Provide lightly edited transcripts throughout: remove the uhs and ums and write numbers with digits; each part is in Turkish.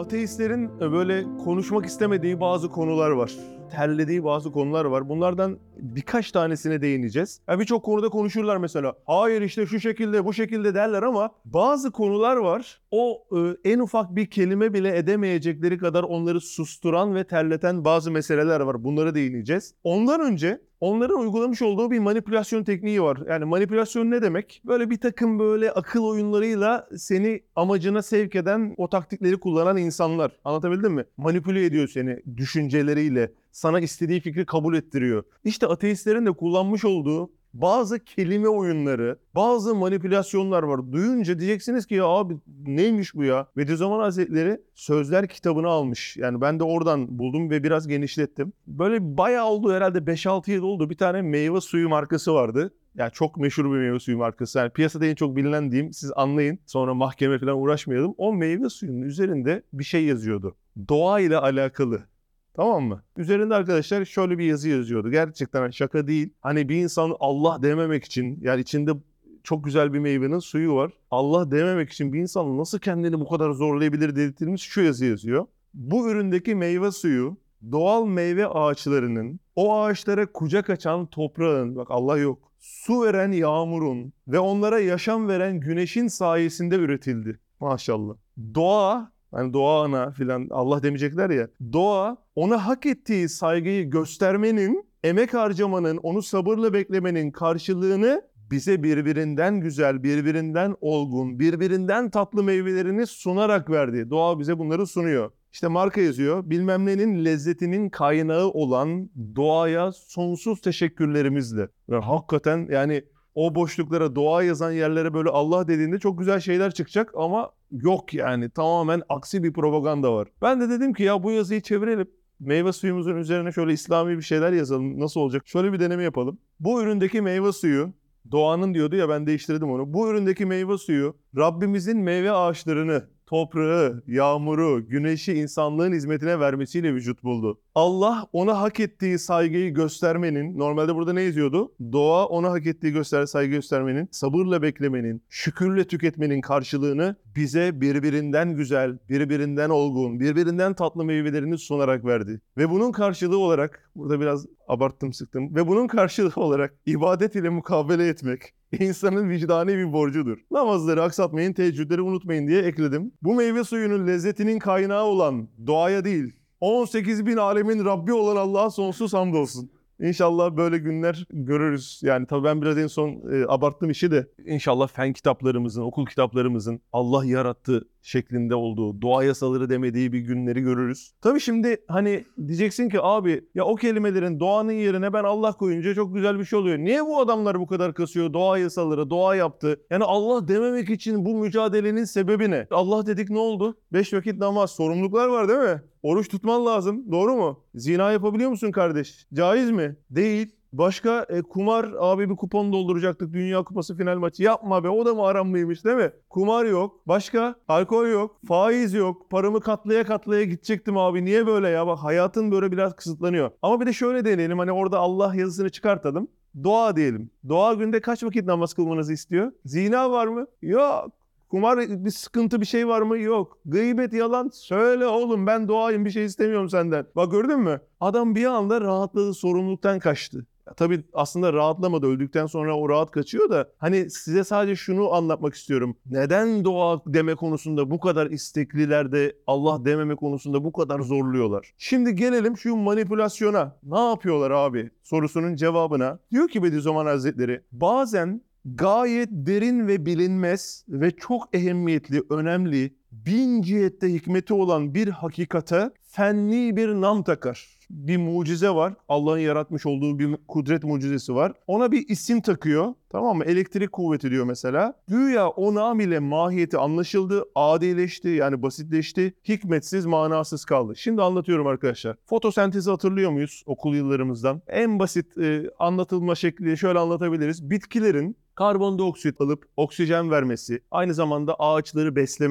Ateistlerin böyle konuşmak istemediği bazı konular var. Terlediği bazı konular var. Bunlardan birkaç tanesine değineceğiz. Birçok konuda konuşurlar mesela. Hayır işte şu şekilde bu şekilde derler ama bazı konular var. En ufak bir kelime bile edemeyecekleri kadar onları susturan ve terleten bazı meseleler var. Bunlara değineceğiz. Ondan önce onların uygulamış olduğu bir manipülasyon tekniği var. Yani manipülasyon ne demek? Böyle bir takım böyle akıl oyunlarıyla seni amacına sevk eden o taktikleri kullanan insanlar. Anlatabildim mi? Manipüle ediyor seni düşünceleriyle. Sana istediği fikri kabul ettiriyor. İşte ateistlerin de kullanmış olduğu bazı kelime oyunları, bazı manipülasyonlar var. Duyunca diyeceksiniz ki ya abi neymiş bu ya? Bediüzzaman Hazretleri Sözler kitabını almış. Yani ben de oradan buldum ve biraz genişlettim. Böyle bayağı oldu herhalde 5-6 yıl oldu. Bir tane meyve suyu markası vardı. Yani çok meşhur bir meyve suyu markası. Yani piyasada en çok bilinen diyeyim. Siz anlayın. Sonra mahkeme falan uğraşmayalım. O meyve suyunun üzerinde bir şey yazıyordu. Doğa ile alakalı. Tamam mı? Üzerinde arkadaşlar şöyle bir yazı yazıyordu. Gerçekten şaka değil. Hani bir insan Allah dememek için, yani içinde çok güzel bir meyvenin suyu var. Allah dememek için bir insan nasıl kendini bu kadar zorlayabilir dediğimiz şu yazı yazıyor. Bu üründeki meyve suyu doğal meyve ağaçlarının, o ağaçlara kucak açan toprağın, bak Allah yok, su veren yağmurun ve onlara yaşam veren güneşin sayesinde üretildi. Maşallah. Doğa, hani doğa ana filan Allah demeyecekler ya. Doğa ona hak ettiği saygıyı göstermenin, emek harcamanın, onu sabırla beklemenin karşılığını bize birbirinden güzel, birbirinden olgun, birbirinden tatlı meyvelerini sunarak verdi. Doğa bize bunları sunuyor. İşte marka yazıyor. Bilmem nenin lezzetinin kaynağı olan doğaya sonsuz teşekkürlerimizle. Ve hakikaten yani o boşluklara, doğa yazan yerlere böyle Allah dediğinde çok güzel şeyler çıkacak ama yok yani. Tamamen aksi bir propaganda var. Ben de dedim ki ya bu yazıyı çevirelim. Meyve suyumuzun üzerine şöyle İslami bir şeyler yazalım. Nasıl olacak? Şöyle bir deneme yapalım. Bu üründeki meyve suyu, doğanın diyordu ya ben değiştirdim onu. Bu üründeki meyve suyu Rabbimizin meyve ağaçlarını, toprağı, yağmuru, güneşi insanlığın hizmetine vermesiyle vücut buldu. Allah ona hak ettiği saygıyı göstermenin, normalde burada ne yazıyordu? Doğa ona hak ettiği saygı göstermenin, sabırla beklemenin, şükürle tüketmenin karşılığını bize birbirinden güzel, birbirinden olgun, birbirinden tatlı meyvelerini sunarak verdi. Ve bunun karşılığı olarak, burada biraz abarttım sıktım, ve bunun karşılığı olarak ibadet ile mukabele etmek insanın vicdani bir borcudur. Namazları aksatmayın, teheccüdleri unutmayın diye ekledim. Bu meyve suyunun lezzetinin kaynağı olan doğaya değil, 18 bin alemin Rabbi olan Allah'a sonsuz hamdolsun. İnşallah böyle günler görürüz. Yani tabii ben biraz en son abarttım işi de. İnşallah fen kitaplarımızın, okul kitaplarımızın Allah yarattı şeklinde olduğu, doğa yasaları demediği bir günleri görürüz. Tabii şimdi hani diyeceksin ki abi ya o kelimelerin doğanın yerine ben Allah koyunca çok güzel bir şey oluyor. Niye bu adamlar bu kadar kasıyor doğa yasaları, doğa yaptı? Yani Allah dememek için bu mücadelenin sebebi ne? Allah dedik ne oldu? 5 vakit namaz, sorumluluklar var değil mi? Oruç tutman lazım. Doğru mu? Zina yapabiliyor musun kardeş? Caiz mi? Değil. Başka kumar abi bir kupon dolduracaktık Dünya Kupası final maçı. Yapma be o da mı haram mıymış değil mi? Kumar yok. Başka alkol yok. Faiz yok. Paramı katlaya katlaya gidecektim abi. Niye böyle ya? Bak hayatın böyle biraz kısıtlanıyor. Ama bir de şöyle deneyelim. Hani orada Allah yazısını çıkartalım. Doğa diyelim. Doğa günde kaç vakit namaz kılmanızı istiyor? Zina var mı? Yok. Kumar bir sıkıntı bir şey var mı? Yok. Gıybet yalan. Söyle oğlum ben doğayım bir şey istemiyorum senden. Bak gördün mü? Adam bir anda rahatladı sorumluluktan kaçtı. Ya tabii aslında rahatlamadı. Öldükten sonra o rahat kaçıyor da hani size sadece şunu anlatmak istiyorum. Neden doğa deme konusunda bu kadar istekliler de Allah dememe konusunda bu kadar zorluyorlar? Şimdi gelelim şu manipülasyona. Ne yapıyorlar abi? Sorusunun cevabına. Diyor ki Bediüzzaman Hazretleri bazen gayet derin ve bilinmez ve çok ehemmiyetli, önemli, bin cihette hikmeti olan bir hakikate fenni bir nam takar. Bir mucize var. Allah'ın yaratmış olduğu bir kudret mucizesi var. Ona bir isim takıyor. Tamam mı? Elektrik kuvveti diyor mesela. Güya o nam ile mahiyeti anlaşıldı, adileşti yani basitleşti, hikmetsiz, manasız kaldı. Şimdi anlatıyorum arkadaşlar. Fotosentezi hatırlıyor muyuz okul yıllarımızdan? En basit anlatılma şekli şöyle anlatabiliriz. Bitkilerin karbondioksit alıp oksijen vermesi, aynı zamanda ağaçları beslemesi, değil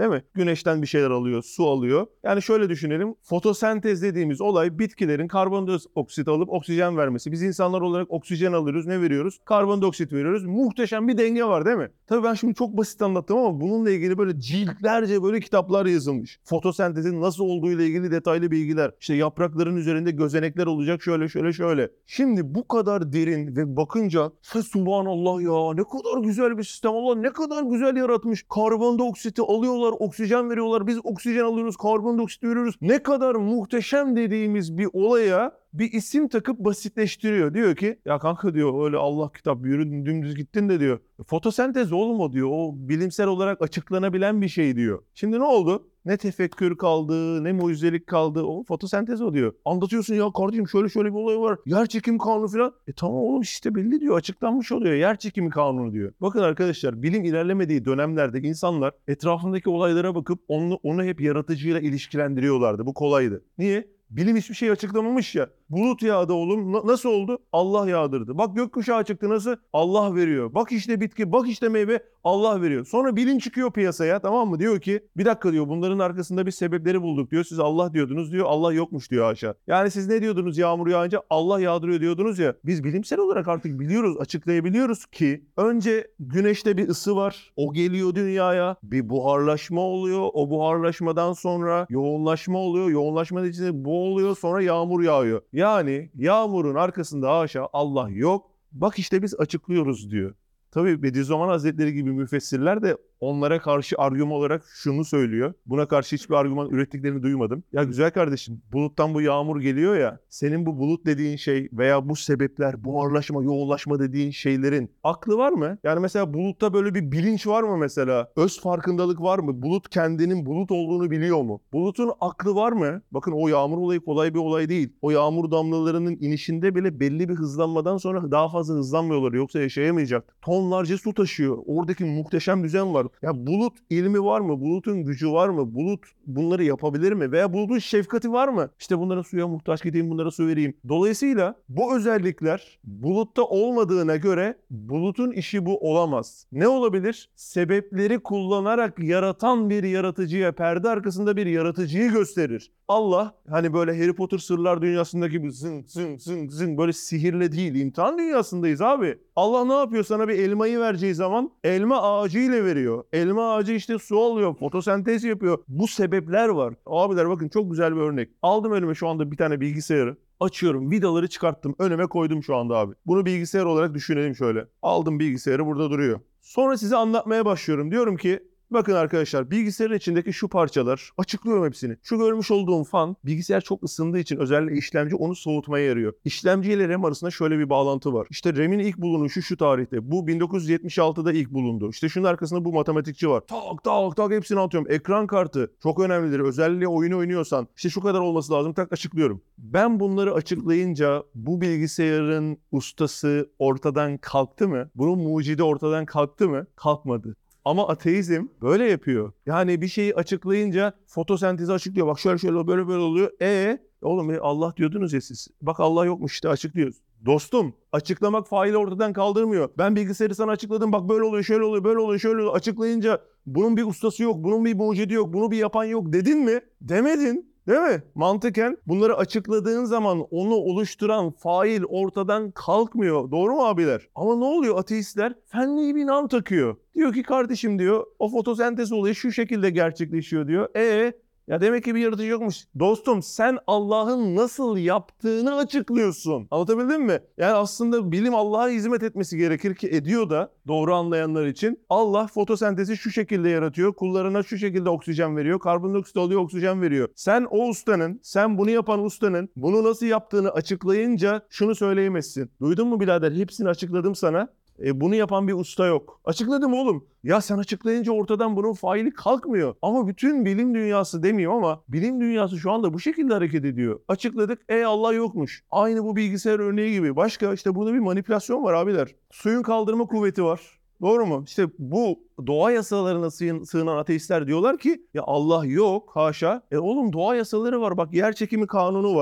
değil mi? Güneşten bir şeyler alıyor, su alıyor. Yani şöyle düşünelim. Fotosentez dediğimiz olay bitkilerin karbondioksit alıp oksijen vermesi. Biz insanlar olarak oksijen alıyoruz. Ne veriyoruz? Karbondioksit veriyoruz. Muhteşem bir denge var değil mi? Tabii ben şimdi çok basit anlattım ama bununla ilgili böyle ciltlerce böyle kitaplar yazılmış. Fotosentezin nasıl olduğu ile ilgili detaylı bilgiler. İşte yaprakların üzerinde gözenekler olacak şöyle şöyle şöyle. Şimdi bu kadar derin ve bakınca subhanallah ya ne kadar güzel bir sistem. Allah ne kadar güzel yaratmış. Karbondioksiti alıyorlar, oksijen veriyorlar. Biz oksijen alıyoruz, karbondioksit veriyoruz. Ne kadar muhteşem dediğimiz bir olaya bir isim takıp basitleştiriyor. Diyor ki ya kanka diyor öyle Allah kitap yürüdün dümdüz gittin de diyor. Fotosentez oğlum o diyor. O bilimsel olarak açıklanabilen bir şey diyor. Şimdi ne oldu? Ne tefekkür kaldı, ne mucizelik kaldı. O fotosentez o diyor. Anlatıyorsun ya kardeşim şöyle şöyle bir olay var. Yer çekimi kanunu falan. Tamam oğlum işte belli diyor. Açıklanmış oluyor. Yer çekimi kanunu diyor. Bakın arkadaşlar bilim ilerlemediği dönemlerde insanlar etrafındaki olaylara bakıp onu hep yaratıcıyla ilişkilendiriyorlardı. Bu kolaydı. Niye? Bilim hiçbir şey açıklamamış ya. Bulut yağdı oğlum. Nasıl oldu? Allah yağdırdı. Bak gökkuşağı çıktı nasıl? Allah veriyor. Bak işte bitki, bak işte meyve Allah veriyor. Sonra bilim çıkıyor piyasaya tamam mı? Diyor ki bir dakika diyor bunların arkasında bir sebepleri bulduk diyor. Siz Allah diyordunuz diyor. Allah yokmuş diyor aşağı. Yani siz ne diyordunuz yağmur yağınca? Allah yağdırıyor diyordunuz ya. Biz bilimsel olarak artık biliyoruz, açıklayabiliyoruz ki önce güneşte bir ısı var. O geliyor dünyaya. Bir buharlaşma oluyor. O buharlaşmadan sonra yoğunlaşma oluyor. Yoğunlaşmanın içinde bu oluyor. Sonra yağmur yağıyor. Yani yağmurun arkasında haşa Allah yok. Bak işte biz açıklıyoruz diyor. Tabii Bediüzzaman Hazretleri gibi müfessirler de onlara karşı argüman olarak şunu söylüyor. Buna karşı hiçbir argüman ürettiklerini duymadım. Ya güzel kardeşim buluttan bu yağmur geliyor ya. Senin bu bulut dediğin şey veya bu sebepler, buharlaşma, yoğunlaşma dediğin şeylerin aklı var mı? Yani mesela bulutta böyle bir bilinç var mı mesela? Öz farkındalık var mı? Bulut kendinin bulut olduğunu biliyor mu? Bulutun aklı var mı? Bakın o yağmur olayı kolay bir olay değil. O yağmur damlalarının inişinde bile belli bir hızlanmadan sonra daha fazla hızlanmıyorlar. Yoksa yaşayamayacak. Tonlarca su taşıyor. Oradaki muhteşem düzen var. Ya bulut ilmi var mı? Bulutun gücü var mı? Bulut bunları yapabilir mi? Veya bulutun şefkati var mı? İşte bunlara suya muhtaç gideyim, bunlara su vereyim. Dolayısıyla bu özellikler bulutta olmadığına göre bulutun işi bu olamaz. Ne olabilir? Sebepleri kullanarak yaratan bir yaratıcıya, perde arkasında bir yaratıcıyı gösterir. Allah hani böyle Harry Potter Sırlar Dünyası'ndaki gibi zın zın zın zın böyle sihirle değil, imtihan dünyasındayız abi. Allah ne yapıyor? Sana bir elmayı vereceği zaman elma ağacı ile veriyor. Elma ağacı işte su alıyor, fotosentez yapıyor. Bu sebepler var. Abiler bakın çok güzel bir örnek. Aldım önüme şu anda bir tane bilgisayarı. Açıyorum, vidaları çıkarttım, önüme koydum şu anda abi. Bunu bilgisayar olarak düşünelim şöyle. Aldım bilgisayarı, burada duruyor. Sonra size anlatmaya başlıyorum. Diyorum ki bakın arkadaşlar bilgisayarın içindeki şu parçalar açıklıyorum hepsini. Şu görmüş olduğum fan bilgisayar çok ısındığı için özellikle işlemci onu soğutmaya yarıyor. İşlemci ile RAM arasında şöyle bir bağlantı var. İşte RAM'in ilk bulunuşu şu tarihte. Bu 1976'da ilk bulundu. İşte şunun arkasında bu matematikçi var. Tak tak tak hepsini atıyorum. Ekran kartı çok önemlidir. Özellikle oyunu oynuyorsan işte şu kadar olması lazım. Tak açıklıyorum. Ben bunları açıklayınca bu bilgisayarın ustası ortadan kalktı mı? Bunun mucidi ortadan kalktı mı? Kalkmadı. Ama ateizm böyle yapıyor. Yani bir şeyi açıklayınca fotosentezi açıklıyor. Bak şöyle şöyle böyle böyle oluyor. Oğlum Allah diyordunuz ya siz. Bak Allah yokmuş işte açıklıyoruz. Dostum açıklamak faili ortadan kaldırmıyor. Ben bilgisayarı sana açıkladım. Bak böyle oluyor, şöyle oluyor, böyle oluyor, şöyle oluyor. Açıklayınca bunun bir ustası yok, bunun bir mucidi yok, bunu bir yapan yok dedin mi? Demedin. Değil mi? Mantıken bunları açıkladığın zaman onu oluşturan fail ortadan kalkmıyor. Doğru mu abiler? Ama ne oluyor ateistler? Fenli bir nam takıyor. Diyor ki kardeşim diyor o fotosentez olayı şu şekilde gerçekleşiyor diyor. Ya demek ki bir yaratıcı yokmuş. Dostum sen Allah'ın nasıl yaptığını açıklıyorsun. Anlatabildim mi? Yani aslında bilim Allah'a hizmet etmesi gerekir ki ediyor da doğru anlayanlar için. Allah fotosentezi şu şekilde yaratıyor. Kullarına şu şekilde oksijen veriyor. Karbondioksit alıyor, oksijen veriyor. Sen o ustanın, sen bunu yapan ustanın bunu nasıl yaptığını açıklayınca şunu söyleyemezsin. Duydun mu birader? Hepsini açıkladım sana. Bunu yapan bir usta yok. Açıkladım oğlum. Ya sen açıklayınca ortadan bunun faili kalkmıyor. Ama bütün bilim dünyası demiyor ama bilim dünyası şu anda bu şekilde hareket ediyor. Açıkladık. Allah yokmuş. Aynı bu bilgisayar örneği gibi. Başka işte burada bir manipülasyon var abiler. Suyun kaldırma kuvveti var. Doğru mu? İşte bu doğa yasalarına sığınan ateistler diyorlar ki ya Allah yok haşa. Oğlum doğa yasaları var. Bak yer çekimi kanunu var.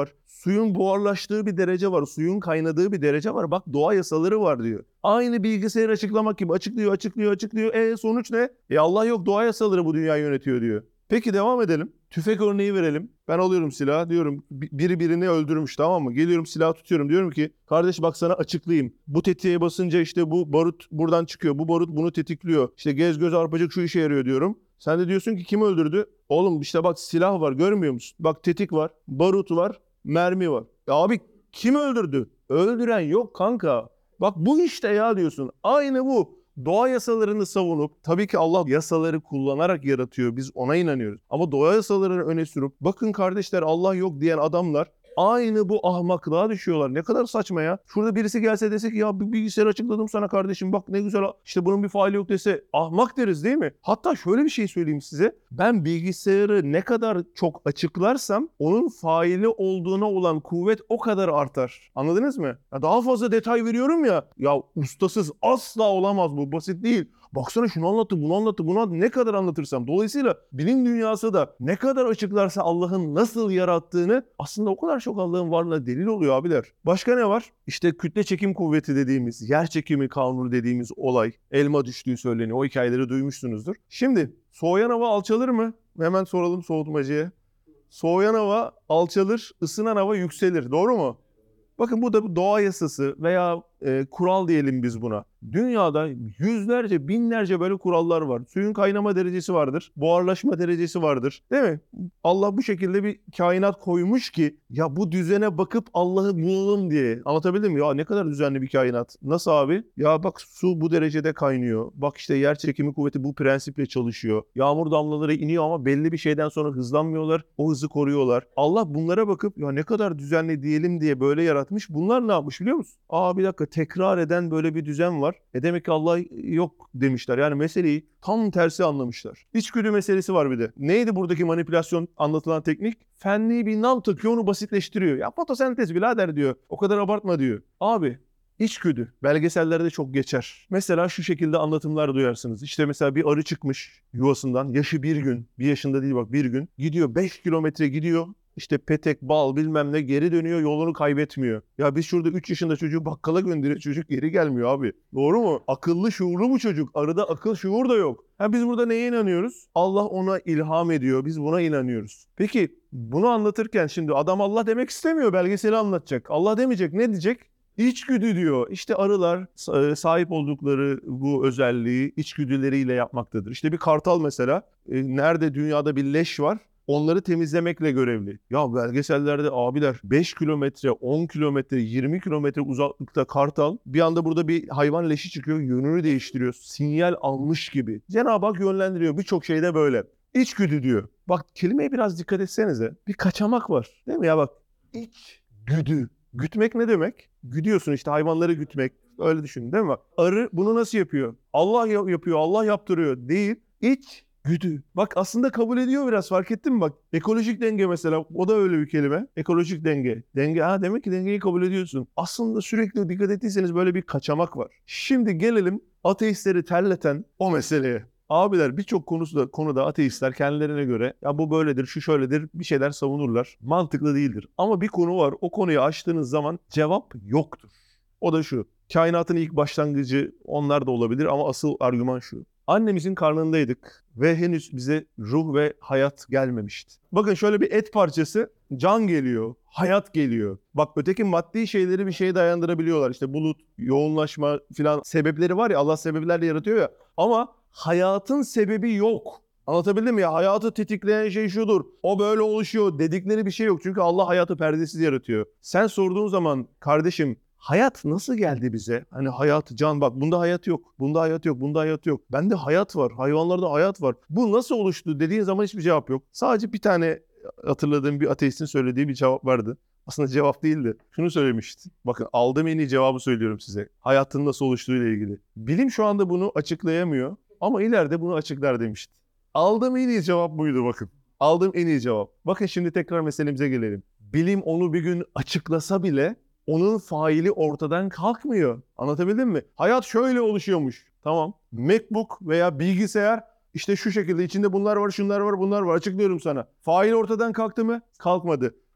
Suyun buharlaştığı bir derece var. Suyun kaynadığı bir derece var. Bak doğa yasaları var diyor. Aynı bilgisayarı açıklamak gibi açıklıyor. Sonuç ne? Allah yok, doğa yasaları bu dünyayı yönetiyor diyor. Peki devam edelim. Tüfek örneği verelim. Ben alıyorum silahı, diyorum biri birini öldürmüş, tamam mı? Geliyorum silahı tutuyorum, diyorum ki kardeş bak sana açıklayayım. Bu tetiğe basınca işte bu barut buradan çıkıyor. Bu barut bunu tetikliyor. İşte gez göz arpacık şu işe yarıyor diyorum. Sen de diyorsun ki kim öldürdü? Oğlum işte bak silah var, görmüyor musun? Bak tetik var, barut var, mermi var. Ya abi kim öldürdü? Öldüren yok kanka. Bak bu işte ya diyorsun. Aynı bu. Doğa yasalarını savunup, tabii ki Allah yasaları kullanarak yaratıyor. Biz ona inanıyoruz. Ama doğa yasalarını öne sürüp, bakın kardeşler Allah yok diyen adamlar aynı bu ahmaklığa düşüyorlar. Ne kadar saçma ya. Şurada birisi gelse dese ki ya bir bilgisayar açıkladım sana kardeşim, bak ne güzel, işte bunun bir faili yok dese ahmak deriz değil mi? Hatta şöyle bir şey söyleyeyim size. Ben bilgisayarı ne kadar çok açıklarsam onun faili olduğuna olan kuvvet o kadar artar. Anladınız mı? Ya daha fazla detay veriyorum ya. Ya ustasız asla olamaz, bu basit değil. Baksana şunu anlattı, bunu anlattı, bunu anlattı. Ne kadar anlatırsam. Dolayısıyla bilim dünyası da ne kadar açıklarsa Allah'ın nasıl yarattığını, aslında o kadar çok Allah'ın varlığına delil oluyor abiler. Başka ne var? İşte kütle çekim kuvveti dediğimiz, yer çekimi kanunu dediğimiz olay. Elma düştüğü söyleniyor. O hikayeleri duymuşsunuzdur. Şimdi soğuyan hava alçalır mı? Hemen soralım soğutmacıya. Soğuyan hava alçalır, ısınan hava yükselir. Doğru mu? Bakın bu da doğa yasası veya kural diyelim biz buna. Dünyada yüzlerce, binlerce böyle kurallar var. Suyun kaynama derecesi vardır, buharlaşma derecesi vardır. Değil mi? Allah bu şekilde bir kainat koymuş ki ya bu düzene bakıp Allah'ı bulalım diye. Anlatabildim mi? Ya ne kadar düzenli bir kainat. Nasıl abi? Ya bak su bu derecede kaynıyor. Bak işte yer çekimi kuvveti bu prensiple çalışıyor. Yağmur damlaları iniyor ama belli bir şeyden sonra hızlanmıyorlar. O hızı koruyorlar. Allah bunlara bakıp ya ne kadar düzenli diyelim diye böyle yaratmış. Bunlar ne yapmış biliyor musun? Bir dakika, tekrar eden böyle bir düzen var. Demek ki Allah yok demişler. Yani meseleyi tam tersi anlamışlar. İçgüdü meselesi var bir de. Neydi buradaki manipülasyon anlatılan teknik? Fenli bir nam takıyor, onu basitleştiriyor. Ya fotosentez birader diyor. O kadar abartma diyor. Abi İçgüdü belgesellerde çok geçer. Mesela şu şekilde anlatımlar duyarsınız. İşte mesela bir arı çıkmış yuvasından. Yaşı bir gün. Bir yaşında değil bak, bir gün. Gidiyor 5 kilometre gidiyor. İşte petek, bal bilmem ne, geri dönüyor, yolunu kaybetmiyor. Ya biz şurada 3 yaşında çocuğu bakkala gönderiyor, çocuk geri gelmiyor abi. Doğru mu? Akıllı, şuurlu bu çocuk. Arıda akıl, şuur da yok. Biz burada neye inanıyoruz? Allah ona ilham ediyor. Biz buna inanıyoruz. Peki bunu anlatırken şimdi adam Allah demek istemiyor. Belgeseli anlatacak. Allah demeyecek. Ne diyecek? İçgüdü diyor. İşte arılar sahip oldukları bu özelliği içgüdüleriyle yapmaktadır. İşte bir kartal mesela, nerede dünyada bir leş var, onları temizlemekle görevli. Ya belgesellerde abiler 5 kilometre, 10 kilometre, 20 kilometre uzaklıkta kartal bir anda burada bir hayvan leşi çıkıyor, yönünü değiştiriyor. Sinyal almış gibi. Cenab-ı Hak yönlendiriyor. Birçok şeyde böyle. İçgüdü diyor. Bak kelimeye biraz dikkat etsenize. Bir kaçamak var. Değil mi ya bak. İçgüdü. Gütmek ne demek? Güdüyorsun işte, hayvanları gütmek. Öyle düşün değil mi? Bak arı bunu nasıl yapıyor? Allah yapıyor, Allah yaptırıyor değil. İçgüdü. Bak aslında kabul ediyor biraz, fark ettin mi bak? Ekolojik denge mesela, o da öyle bir kelime. Ekolojik denge. Denge, demek ki dengeyi kabul ediyorsun. Aslında sürekli dikkat ettiyseniz böyle bir kaçamak var. Şimdi gelelim ateistleri terleten o meseleye. Abiler birçok konuda ateistler kendilerine göre ya bu böyledir, şu şöyledir bir şeyler savunurlar. Mantıklı değildir. Ama bir konu var. O konuyu açtığınız zaman cevap yoktur. O da şu. Kainatın ilk başlangıcı onlar da olabilir ama asıl argüman şu. Annemizin karnındaydık ve henüz bize ruh ve hayat gelmemişti. Bakın şöyle bir et parçası, can geliyor, hayat geliyor. Bak öteki maddi şeyleri bir şeye dayandırabiliyorlar. İşte bulut, yoğunlaşma filan sebepleri var ya, Allah sebeplerle yaratıyor ya. Ama hayatın sebebi yok. Anlatabildim mi ya? Hayatı tetikleyen şey şudur. O böyle oluşuyor dedikleri bir şey yok. Çünkü Allah hayatı perdesiz yaratıyor. Sen sorduğun zaman kardeşim hayat nasıl geldi bize? Hani hayat, can, bak bunda hayat yok. Bunda hayat yok. Bunda hayat yok. Bende hayat var. Hayvanlarda hayat var. Bu nasıl oluştu dediğin zaman hiçbir cevap yok. Sadece bir tane hatırladığım bir ateistin söylediği bir cevap vardı. Aslında cevap değildi. Şunu söylemişti. Bakın aldığım en iyi cevabı söylüyorum size. Hayatın nasıl oluştuğu ile ilgili. Bilim şu anda bunu açıklayamıyor ama ileride bunu açıklar demişti. Aldığım en iyi cevap buydu bakın. Aldığım en iyi cevap. Bakın şimdi tekrar meselemize gelelim. Bilim onu bir gün açıklasa bile onun faili ortadan kalkmıyor. Anlatabildim mi? Hayat şöyle oluşuyormuş. Tamam. MacBook veya bilgisayar işte şu şekilde, içinde bunlar var, şunlar var, bunlar var. Açıklıyorum sana. Fail ortadan kalktı mı? Kalkmadı.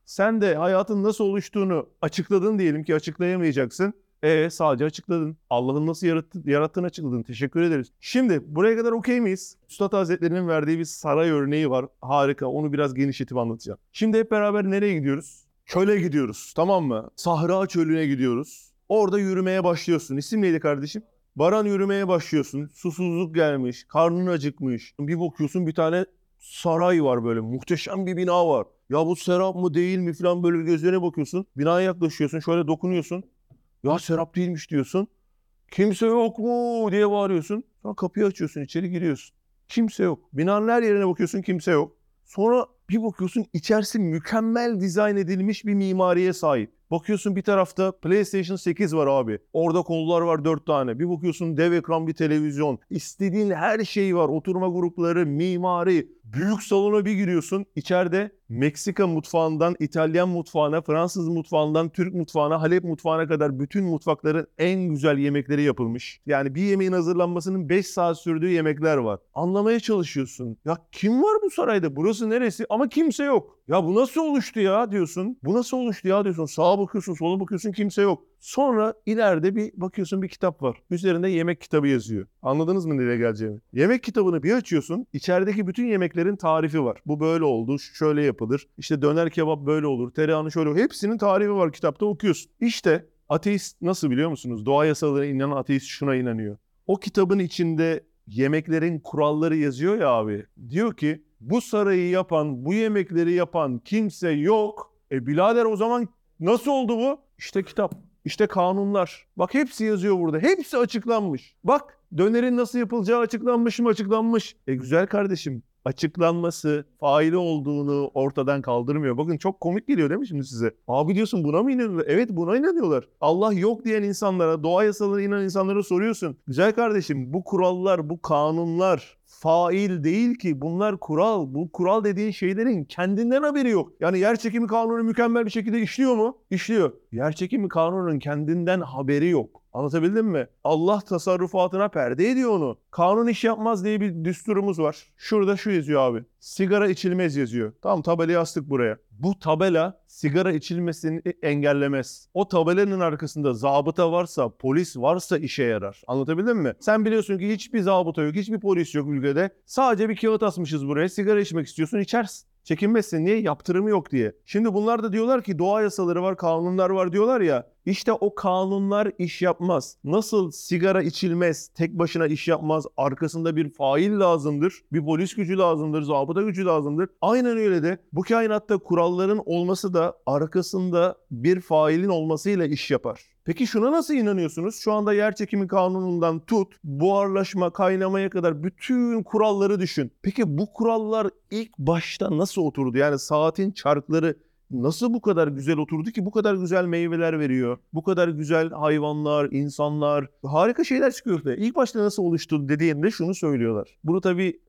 Sen de hayatın nasıl oluştuğunu açıkladın diyelim ki açıklayamayacaksın. Sadece açıkladın. Allah'ın nasıl yarattığını açıkladın. Teşekkür ederiz. Şimdi buraya kadar okey miyiz? Üstad Hazretleri'nin verdiği bir saray örneği var. Harika. Onu biraz genişletip anlatacağım. Şimdi hep beraber nereye gidiyoruz? Çöle gidiyoruz. Tamam mı? Sahra çölüne gidiyoruz. Orada yürümeye başlıyorsun. İsim neydi kardeşim? Baran, yürümeye başlıyorsun. Susuzluk gelmiş. Karnın acıkmış. Bir bakıyorsun bir tane saray var böyle. Muhteşem bir bina var. Ya bu serap mı değil mi falan böyle gözlerine bakıyorsun. Binaya yaklaşıyorsun. Şöyle dokunuyorsun. Ya serap değilmiş diyorsun. Kimse yok mu diye bağırıyorsun. Sonra kapıyı açıyorsun, içeri giriyorsun. Kimse yok. Binanın her yerine bakıyorsun, kimse yok. Sonra bir bakıyorsun içerisi mükemmel dizayn edilmiş bir mimariye sahip. Bakıyorsun bir tarafta PlayStation 8 var abi. Orada kollar var 4 tane. Bir bakıyorsun dev ekran bir televizyon. İstediğin her şey var. Oturma grupları, mimari. Büyük salona bir giriyorsun. İçeride Meksika mutfağından İtalyan mutfağına, Fransız mutfağından Türk mutfağına, Halep mutfağına kadar bütün mutfakların en güzel yemekleri yapılmış. Yani bir yemeğin hazırlanmasının 5 saat sürdüğü yemekler var. Anlamaya çalışıyorsun. Ya kim var bu sarayda? Burası neresi? Ama kimse yok. Ya bu nasıl oluştu ya diyorsun. Bu nasıl oluştu ya diyorsun. Sağa bakıyorsun, sola bakıyorsun, kimse yok. Sonra ileride bir bakıyorsun bir kitap var. Üzerinde yemek kitabı yazıyor. Anladınız mı nereye geleceğimi? Yemek kitabını bir açıyorsun. İçerideki bütün yemeklerin tarifi var. Bu böyle oldu, şöyle yapılır. İşte döner kebap böyle olur, tereyağını şöyle olur. Hepsinin tarifi var kitapta, okuyorsun. İşte ateist nasıl biliyor musunuz? Doğa yasalarına inanan ateist şuna inanıyor. O kitabın içinde yemeklerin kuralları yazıyor ya abi. Diyor ki bu sarayı yapan, bu yemekleri yapan kimse yok. Birader o zaman nasıl oldu bu? İşte kitap. İşte kanunlar. Bak hepsi yazıyor burada. Hepsi açıklanmış. Bak dönerin nasıl yapılacağı açıklanmış mı? Açıklanmış. Güzel kardeşim. Açıklanması faili olduğunu ortadan kaldırmıyor. Bakın çok komik geliyor değil mi şimdi size? Abi diyorsun buna mı inanıyorlar? Evet buna inanıyorlar. Allah yok diyen insanlara, doğa yasalarına inanan insanlara soruyorsun. Güzel kardeşim bu kurallar, bu kanunlar fail değil ki. Bunlar kural. Bu kural dediğin şeylerin kendinden haberi yok. Yani yerçekimi kanunu mükemmel bir şekilde işliyor mu? İşliyor. Yerçekimi kanunun kendinden haberi yok. Anlatabildim mi? Allah tasarrufatına perde ediyor onu. Kanun iş yapmaz diye bir düsturumuz var. Şurada şu yazıyor abi. Sigara içilmez yazıyor. Tamam tabelayı astık buraya. Bu tabela sigara içilmesini engellemez. O tabelanın arkasında zabıta varsa, polis varsa işe yarar. Anlatabildim mi? Sen biliyorsun ki hiçbir zabıta yok, hiçbir polis yok ülkede. Sadece bir kağıt asmışız buraya. Sigara içmek istiyorsun, içersin. Çekinmezsin. Niye? Yaptırımı yok diye. Şimdi bunlar da diyorlar ki doğa yasaları var, kanunlar var diyorlar ya. İşte o kanunlar iş yapmaz. Nasıl sigara içilmez, tek başına iş yapmaz, arkasında bir fail lazımdır, bir polis gücü lazımdır, zabıta gücü lazımdır. Aynen öyle de bu kainatta kuralların olması da arkasında bir failin olmasıyla iş yapar. Peki şuna nasıl inanıyorsunuz? Şu anda yerçekimi kanunundan tut, buharlaşma, kaynamaya kadar bütün kuralları düşün. Peki bu kurallar ilk başta nasıl oturdu? Yani saatin çarkları nasıl bu kadar güzel oturdu ki bu kadar güzel meyveler veriyor? Bu kadar güzel hayvanlar, insanlar, harika şeyler çıkıyor ortaya. İlk başta nasıl oluştu dediğinde şunu söylüyorlar. Bunu tabii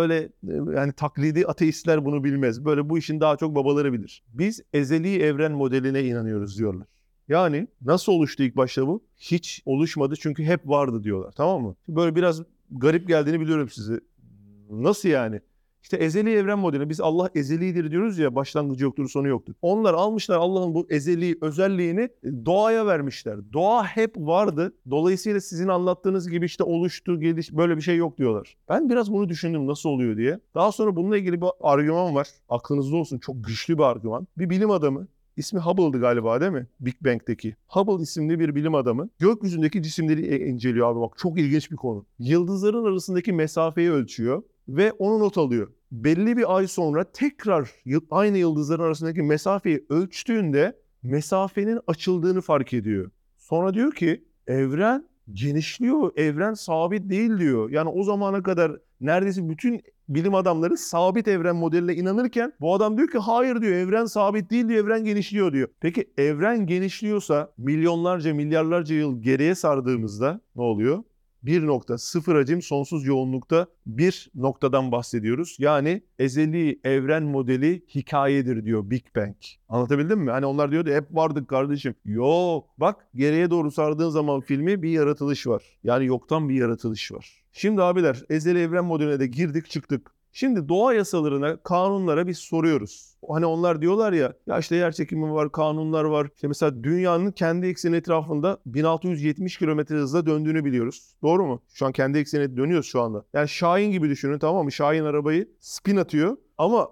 yani taklidi ateistler bunu bilmez. Böyle bu işin daha çok babaları bilir. Biz ezeli evren modeline inanıyoruz diyorlar. Yani nasıl oluştu ilk başta bu? Hiç oluşmadı çünkü hep vardı diyorlar. Tamam mı? Böyle biraz garip geldiğini biliyorum size. Nasıl yani? İşte ezeli evren modeli. Biz Allah ezelidir diyoruz ya, başlangıcı yoktur, sonu yoktur. Onlar almışlar Allah'ın bu ezeli özelliğini doğaya vermişler. Doğa hep vardı. Dolayısıyla sizin anlattığınız gibi işte oluştu, böyle bir şey yok diyorlar. Ben biraz bunu düşündüm nasıl oluyor diye. Daha sonra bununla ilgili bir argüman var. Aklınızda olsun, çok güçlü bir argüman. Bir bilim adamı, İsmi Hubble'dı galiba değil mi? Big Bang'deki. Hubble isimli bir bilim adamı gökyüzündeki cisimleri inceliyor abi, bak çok ilginç bir konu. Yıldızların arasındaki mesafeyi ölçüyor ve onu not alıyor. Belli bir ay sonra tekrar aynı yıldızların arasındaki mesafeyi ölçtüğünde mesafenin açıldığını fark ediyor. Sonra diyor ki evren genişliyor, evren sabit değil diyor. Yani o zamana kadar neredeyse bütün bilim adamları sabit evren modeline inanırken bu adam diyor ki hayır diyor, evren sabit değil diyor, evren genişliyor diyor. Peki evren genişliyorsa milyonlarca milyarlarca yıl geriye sardığımızda ne oluyor? Bir nokta, sıfır hacim, sonsuz yoğunlukta bir noktadan bahsediyoruz. Yani ezeli evren modeli hikayedir diyor Big Bang. Anlatabildim mi? Hani onlar diyordu hep vardık kardeşim. Yok. Bak geriye doğru sardığın zaman filmi bir yaratılış var. Yani yoktan bir yaratılış var. Şimdi abiler ezeli evren modeline de girdik çıktık. Şimdi doğa yasalarına, kanunlara biz soruyoruz. Hani onlar diyorlar ya işte yer çekimi var, kanunlar var. İşte mesela dünyanın kendi ekseni etrafında 1670 kilometre hızla döndüğünü biliyoruz. Doğru mu? Şu an kendi ekseni dönüyoruz şu anda. Yani Şahin gibi düşünün, tamam mı? Şahin arabayı spin atıyor. Ama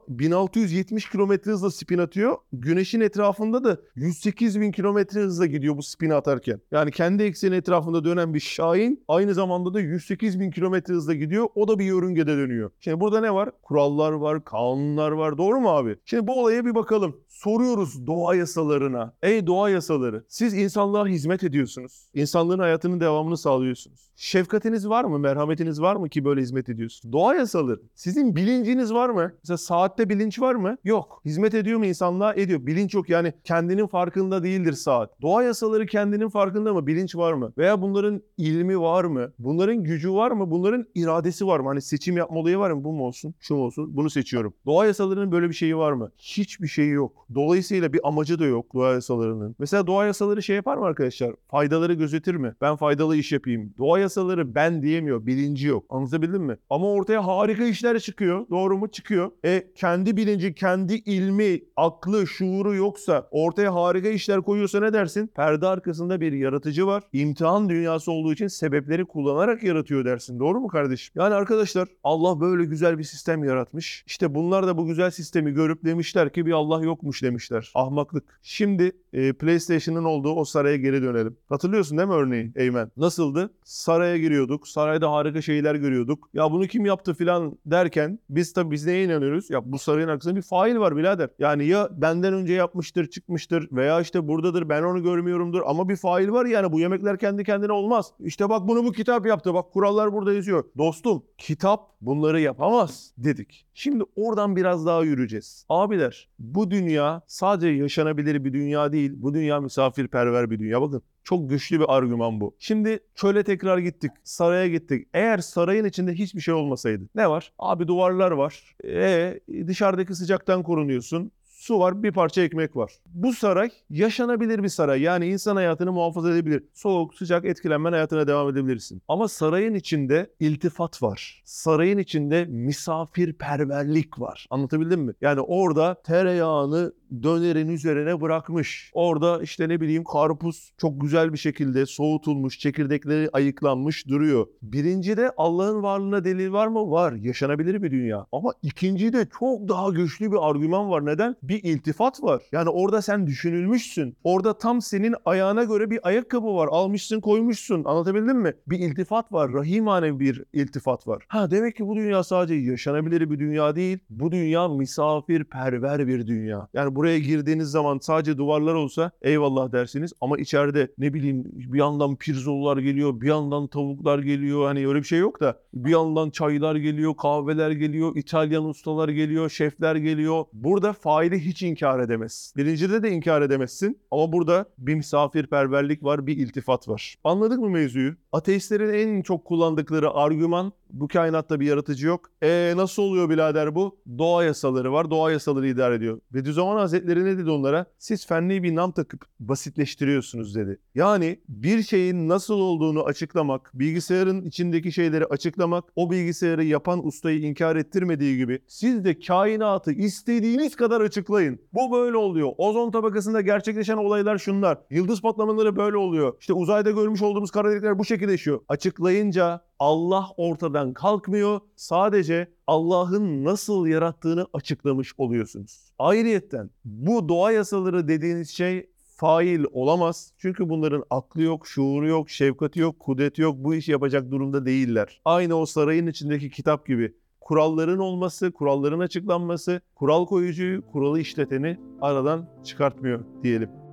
1670 kilometre hızla spin atıyor. Güneşin etrafında da 108 bin kilometre hızla gidiyor bu spin atarken. Yani kendi ekseni etrafında dönen bir Şahin aynı zamanda da 108 bin kilometre hızla gidiyor. O da bir yörüngede dönüyor. Şimdi burada ne var? Kurallar var, kanunlar var. Doğru mu abi? Şimdi bu olaya bir bakalım. Soruyoruz doğa yasalarına. Ey doğa yasaları, siz insanlığa hizmet ediyorsunuz. İnsanlığın hayatının devamını sağlıyorsunuz. Şefkatiniz var mı? Merhametiniz var mı ki böyle hizmet ediyorsunuz? Doğa yasaları. Sizin bilinciniz var mı? Mesela saatte bilinç var mı? Yok. Hizmet ediyor mu insanlığa? Ediyor. Bilinç yok. Yani kendinin farkında değildir saat. Doğa yasaları kendinin farkında mı? Bilinç var mı? Veya bunların ilmi var mı? Bunların gücü var mı? Bunların iradesi var mı? Hani seçim yapma olayı var mı? Bu mu olsun? Şu mu olsun? Bunu seçiyorum. Doğa yasalarının böyle bir şeyi var mı? Hiçbir şeyi yok. Dolayısıyla bir amacı da yok doğa yasalarının. Mesela doğa yasaları şey yapar mı arkadaşlar? Faydaları gözetir mi? Ben faydalı iş yapayım. Doğa yasaları ben diyemiyor. Bilinci yok. Anlatabildim mi? Ama ortaya harika işler çıkıyor. Doğru mu? Çıkıyor. Kendi bilinci, kendi ilmi, aklı, şuuru yoksa, ortaya harika işler koyuyorsa ne dersin? Perde arkasında bir yaratıcı var. İmtihan dünyası olduğu için sebepleri kullanarak yaratıyor dersin. Doğru mu kardeşim? Yani arkadaşlar, Allah böyle güzel bir sistem yaratmış. İşte bunlar da bu güzel sistemi görüp demişler ki bir Allah yokmuş demişler. Ahmaklık. Şimdi PlayStation'ın olduğu o saraya geri dönelim. Hatırlıyorsun değil mi örneği Eymen? Nasıldı? Saraya giriyorduk. Sarayda harika şeyler görüyorduk. Ya bunu kim yaptı filan derken biz neye inanıyoruz? Ya bu sarayın arkasında bir fail var birader. Yani ya benden önce yapmıştır, çıkmıştır veya işte buradadır, ben onu görmüyorumdur ama bir fail var, yani bu yemekler kendi kendine olmaz. İşte bak bunu bu kitap yaptı. Bak kurallar burada yazıyor. Dostum, kitap bunları yapamaz dedik. Şimdi oradan biraz daha yürüyeceğiz. Abiler, bu dünya sadece yaşanabilir bir dünya değil. Bu dünya misafirperver bir dünya. Bakın, çok güçlü bir argüman bu. Şimdi çöle tekrar gittik. Saraya gittik. Eğer sarayın içinde hiçbir şey olmasaydı. Ne var? Abi duvarlar var. Dışarıdaki sıcaktan korunuyorsun. Su var, bir parça ekmek var. Bu saray yaşanabilir bir saray. Yani insan hayatını muhafaza edebilir. Soğuk, sıcak etkilenmen hayatına devam edebilirsin. Ama sarayın içinde iltifat var. Sarayın içinde misafirperverlik var. Anlatabildim mi? Yani orada tereyağını dönerin üzerine bırakmış. Orada işte ne bileyim karpuz çok güzel bir şekilde soğutulmuş, çekirdekleri ayıklanmış duruyor. Birincide Allah'ın varlığına delil var mı? Var. Yaşanabilir bir dünya. Ama ikincide çok daha güçlü bir argüman var. Neden? Bir iltifat var. Yani orada sen düşünülmüşsün. Orada tam senin ayağına göre bir ayakkabı var. Almışsın, koymuşsun. Anlatabildim mi? Bir iltifat var. Rahimane bir iltifat var. Demek ki bu dünya sadece yaşanabilir bir dünya değil. Bu dünya misafirperver bir dünya. Yani buraya girdiğiniz zaman sadece duvarlar olsa eyvallah dersiniz ama içeride ne bileyim bir yandan pirzolalar geliyor, bir yandan tavuklar geliyor. Hani öyle bir şey yok da bir yandan çaylar geliyor, kahveler geliyor, İtalyan ustalar geliyor, şefler geliyor. Burada faili hiç inkar edemez. Birincide de inkar edemezsin ama burada bir misafirperverlik var, bir iltifat var. Anladık mı mevzuyu? Ateistlerin en çok kullandıkları argüman, bu kainatta bir yaratıcı yok. Nasıl oluyor birader bu? Doğa yasaları var. Doğa yasaları idare ediyor. Bediüzzaman Hazretleri ne dedi onlara? Siz fenli bir nam takıp basitleştiriyorsunuz dedi. Yani bir şeyin nasıl olduğunu açıklamak, bilgisayarın içindeki şeyleri açıklamak, o bilgisayarı yapan ustayı inkar ettirmediği gibi siz de kainatı istediğiniz kadar açıklayın. Bu böyle oluyor. Ozon tabakasında gerçekleşen olaylar şunlar. Yıldız patlamaları böyle oluyor. İşte uzayda görmüş olduğumuz kara delikler bu şekilde yaşıyor. Açıklayınca Allah ortadan kalkmıyor. Sadece Allah'ın nasıl yarattığını açıklamış oluyorsunuz. Ayrıyetten bu doğa yasaları dediğiniz şey fail olamaz. Çünkü bunların aklı yok, şuuru yok, şefkati yok, kudreti yok. Bu işi yapacak durumda değiller. Aynı o sarayın içindeki kitap gibi. Kuralların olması, kuralların açıklanması, kural koyucuyu, kuralı işleteni aradan çıkartmıyor diyelim.